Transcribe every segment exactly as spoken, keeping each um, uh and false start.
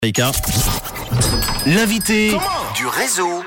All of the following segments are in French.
Rika. L'invité du réseau.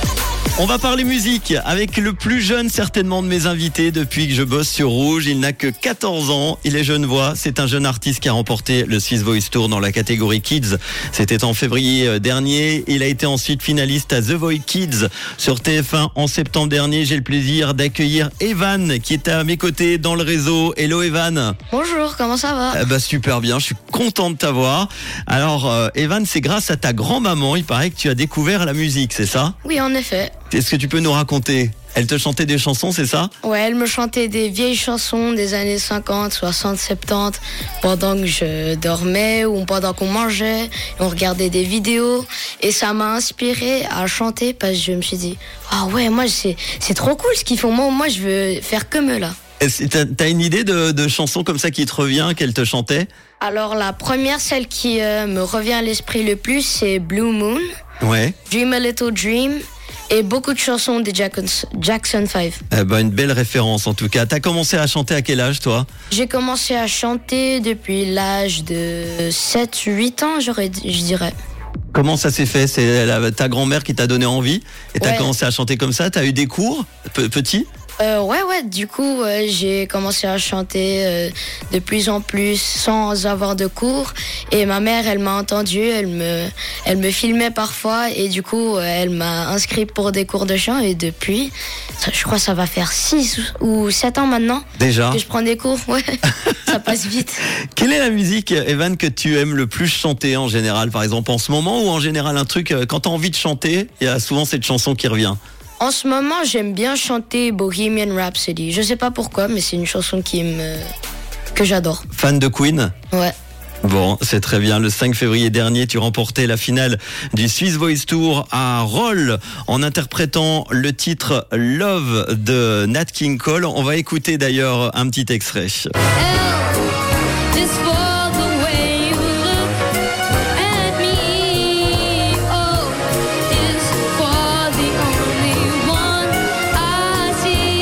On va parler musique avec le plus jeune certainement de mes invités depuis que je bosse sur Rouge. Il n'a que quatorze ans, il est genevois. C'est un jeune artiste qui a remporté le Swiss Voice Tour dans la catégorie Kids. C'était en février dernier. Il a été ensuite finaliste à The Voice Kids sur T F un en septembre dernier. J'ai le plaisir d'accueillir Evan qui est à mes côtés dans le réseau. Hello Evan. Bonjour, comment ça va? Eh bah, super bien, je suis content de t'avoir. Alors euh, Evan, c'est grâce à ta grand-maman, il paraît que tu as découvert la musique, c'est ça? Oui, en effet. Est-ce que tu peux nous raconter? Elle te chantait des chansons, c'est ça? Ouais, elle me chantait des vieilles chansons des années cinquante, soixante, soixante-dix pendant que je dormais ou pendant qu'on mangeait. On regardait des vidéos et ça m'a inspiré à chanter parce que je me suis dit ah ouais, moi c'est c'est trop cool ce qu'ils font. Moi, moi je veux faire comme eux là. T'as, t'as une idée de, de chansons comme ça qui te revient, qu'elle te chantait? Alors la première, celle qui euh, me revient à l'esprit le plus, c'est Blue Moon, Ouais. Dream a Little Dream et beaucoup de chansons des Jackson, Jackson five. Eh ben, une belle référence en tout cas. T'as commencé à chanter à quel âge toi? J'ai commencé à chanter depuis l'âge de sept huit ans, j'aurais, je dirais. Comment ça s'est fait? C'est la, ta grand-mère qui t'a donné envie et t'as Ouais. commencé à chanter comme ça? T'as eu des cours pe- petit? Euh, ouais, ouais, du coup, euh, j'ai commencé à chanter euh, de plus en plus sans avoir de cours. Et ma mère, elle m'a entendu, elle me, elle me filmait parfois. Et du coup, euh, elle m'a inscrit pour des cours de chant. Et depuis, ça, je crois que ça va faire six ou sept ans maintenant Déjà. que je prends des cours. Ouais, ça passe vite. Quelle est la musique, Evan, que tu aimes le plus chanter en général? Par exemple en ce moment ou en général un truc, euh, quand t'as envie de chanter, il y a souvent cette chanson qui revient. En ce moment, j'aime bien chanter Bohemian Rhapsody. Je sais pas pourquoi, mais c'est une chanson qui me... que j'adore. Fan de Queen? Ouais. Bon, c'est très bien. Le cinq février dernier, tu remportais la finale du Swiss Voice Tour à Rolle en interprétant le titre Love de Nat King Cole. On va écouter d'ailleurs un petit extrait. Just for the way you look at me. Oh, is for the only one I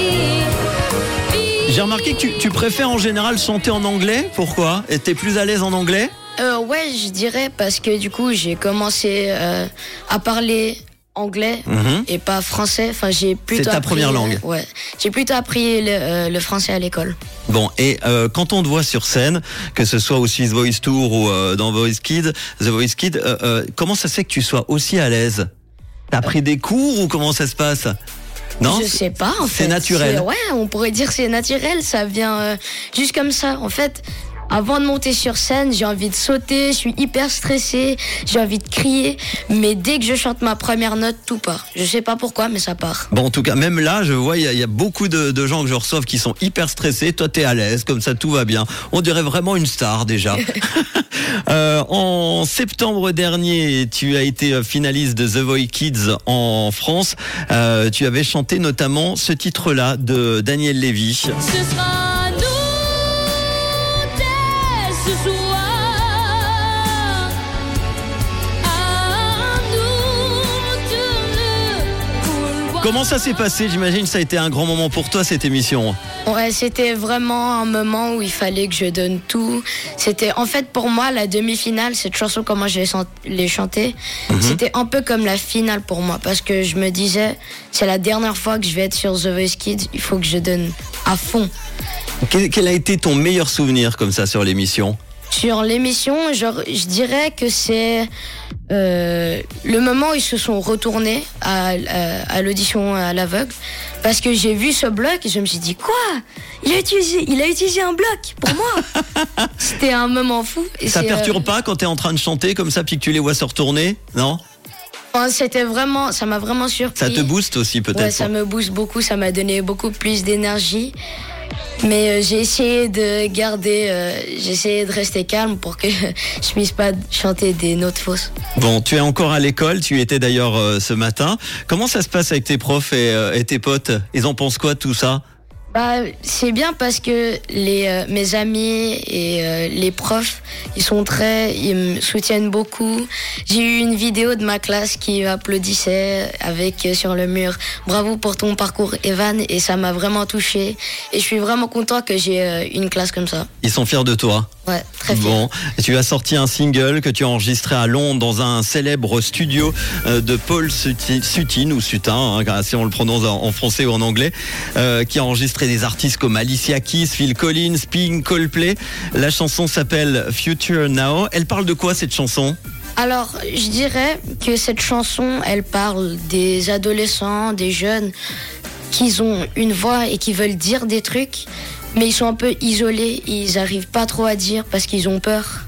see. J'ai remarqué que tu, tu préfères en général chanter en anglais. Pourquoi? Et t'es plus à l'aise en anglais? Euh, ouais, je dirais parce que du coup, j'ai commencé euh, à parler anglais Mhm. et pas français. Enfin, j'ai plutôt C'est ta appris, première langue. euh, ouais, j'ai plutôt appris le, euh, le français à l'école. Bon, et euh, quand on te voit sur scène, que ce soit au Swiss Voice Tour ou euh, dans Voice Kids, The Voice Kids, euh, euh, comment ça se fait que tu sois aussi à l'aise? T'as pris des cours ou comment ça se passe? Non? Je sais pas, en fait. C'est naturel. C'est- Ouais, on pourrait dire que c'est naturel. Ça vient euh, juste comme ça. En fait, avant de monter sur scène, j'ai envie de sauter, je suis hyper stressée, j'ai envie de crier. Mais dès que je chante ma première note, tout part. Je sais pas pourquoi, mais ça part. Bon, en tout cas, même là, je vois, il y, a- il y a beaucoup de, de gens que je reçoive qui sont hyper stressés. Toi, t'es à l'aise, comme ça, tout va bien. On dirait vraiment une star déjà. Euh, en septembre dernier, tu as été finaliste de The Voice Kids en France. Euh, tu avais chanté notamment ce titre-là de Daniel Lévy. Ce sera nous dès ce soir. À nous de le vouloir. Comment ça s'est passé? J'imagine que ça a été un grand moment pour toi, cette émission. Ouais, c'était vraiment un moment où il fallait que je donne tout. C'était, en fait, pour moi, la demi-finale, cette chanson, comment je l'ai chan- l'ai chantée, c'était un peu comme la finale pour moi. Parce que je me disais, c'est la dernière fois que je vais être sur The Voice Kids, il faut que je donne à fond. Quel, quel a été ton meilleur souvenir comme ça sur l'émission? Sur l'émission, genre, je dirais que c'est euh, le moment où ils se sont retournés à, à, à l'audition à l'aveugle. Parce que j'ai vu ce bloc et je me suis dit, quoi? Il a utilisé, il a utilisé un bloc pour moi. C'était un moment fou. Et Ça c'est, perturbe euh, pas quand t'es en train de chanter comme ça puis que tu les vois se retourner? Non? enfin, c'était vraiment, ça m'a vraiment surpris. Ça te booste aussi peut-être? Ouais, ça me booste beaucoup, ça m'a donné beaucoup plus d'énergie. Mais euh, j'ai essayé de garder, euh, j'ai essayé de rester calme pour que je puisse pas chanter des notes fausses. Bon, tu es encore à l'école, tu y étais d'ailleurs euh, ce matin. Comment ça se passe avec tes profs et, euh, et tes potes? Ils en pensent quoi de tout ça? Bah, c'est bien parce que les, euh, mes amis et euh, les profs, ils sont très, ils me soutiennent beaucoup. J'ai eu une vidéo de ma classe qui applaudissait avec euh, sur le mur « Bravo pour ton parcours, Evan » et ça m'a vraiment touché. Et je suis vraiment content que j'ai euh, une classe comme ça. Ils sont fiers de toi. Ouais, très fier. Bon, et tu as sorti un single que tu as enregistré à Londres dans un célèbre studio euh, de Paul Suti- Sutin ou Sutin, hein, si on le prononce en, en français ou en anglais, euh, qui a enregistré des artistes comme Alicia Keys, Phil Collins, Pink, Coldplay. La chanson s'appelle Future Now. Elle parle de quoi cette chanson ? Alors, je dirais que cette chanson, elle parle des adolescents, des jeunes qui ont une voix et qui veulent dire des trucs, mais ils sont un peu isolés, ils n'arrivent pas trop à dire parce qu'ils ont peur.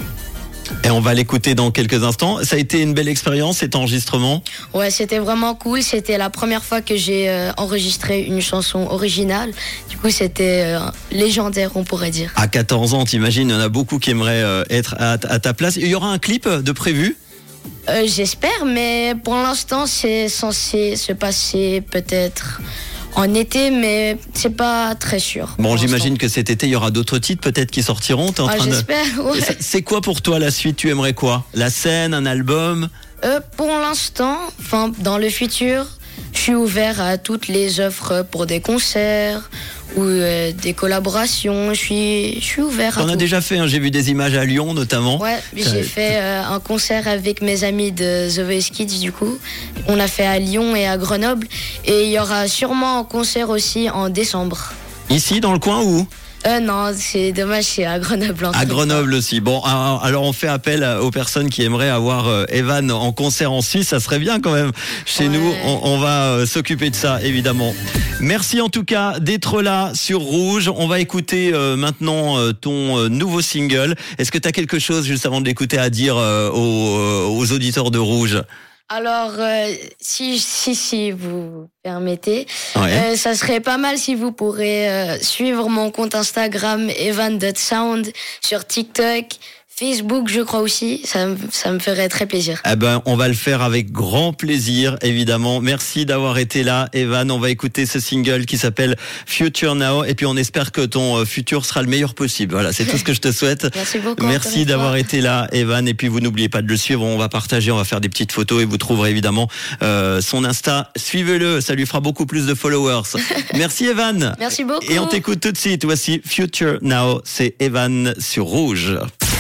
Et on va l'écouter dans quelques instants. Ça a été une belle expérience cet enregistrement ? Ouais, c'était vraiment cool. C'était la première fois que j'ai euh, enregistré une chanson originale. Du coup, c'était euh, légendaire, on pourrait dire. À quatorze ans, t'imagines, il y en a beaucoup qui aimeraient euh, être à, à ta place. Il y aura un clip de prévu ? Euh, j'espère, mais pour l'instant, c'est censé se passer peut-être en été, mais c'est pas très sûr. Bon, j'imagine que cet été, il y aura d'autres titres peut-être qui sortiront. T'es en Ah, train de... j'espère, ouais. Et ça- C'est quoi pour toi la suite ? Tu aimerais quoi ? La scène, un album ? Euh, pour l'instant, enfin, dans le futur, je suis ouvert à toutes les offres pour des concerts ou euh, des collaborations. Je suis, je suis ouvert à T'en as tout. déjà fait, hein, j'ai vu des images à Lyon notamment. Ouais, j'ai fait euh, un concert avec mes amis de The Voice Kids du coup. On l'a fait à Lyon et à Grenoble. Et il y aura sûrement un concert aussi en décembre. Ici, dans le coin ou ? Euh, non, c'est dommage, c'est à Grenoble. À Grenoble aussi. Bon, alors on fait appel aux personnes qui aimeraient avoir euh, Evan en concert en Suisse. Ça serait bien quand même. Chez Ouais. nous, on, on va euh, s'occuper de ça, évidemment. Merci en tout cas d'être là sur Rouge. On va écouter euh, maintenant euh, ton euh, nouveau single. Est-ce que tu as quelque chose, juste avant de l'écouter, à dire euh, aux, euh, aux auditeurs de Rouge ? Alors, euh, si, si, si vous permettez, Ouais. euh, ça serait pas mal si vous pourrez euh, suivre mon compte Instagram evan dot sound sur TikTok, Facebook, je crois aussi. Ça, me- ça me ferait très plaisir. Eh ben, on va le faire avec grand plaisir, évidemment. Merci d'avoir été là, Evan. On va écouter ce single qui s'appelle Future Now. Et puis, on espère que ton euh, futur sera le meilleur possible. Voilà, c'est tout ce que je te souhaite. Merci beaucoup. encore Merci une d'avoir fois. été là, Evan. Et puis, vous n'oubliez pas de le suivre. On va partager, on va faire des petites photos et vous trouverez évidemment euh, son Insta. Suivez-le, ça lui fera beaucoup plus de followers. Merci, Evan. Merci beaucoup. Et on t'écoute tout de suite. Voici Future Now. C'est Evan sur Rouge.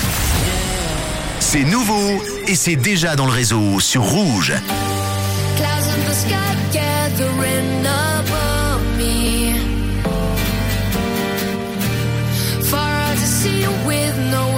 C'est nouveau et c'est déjà dans le réseau sur Rouge. Clouds in the sky gathering above me. Far out to sea with no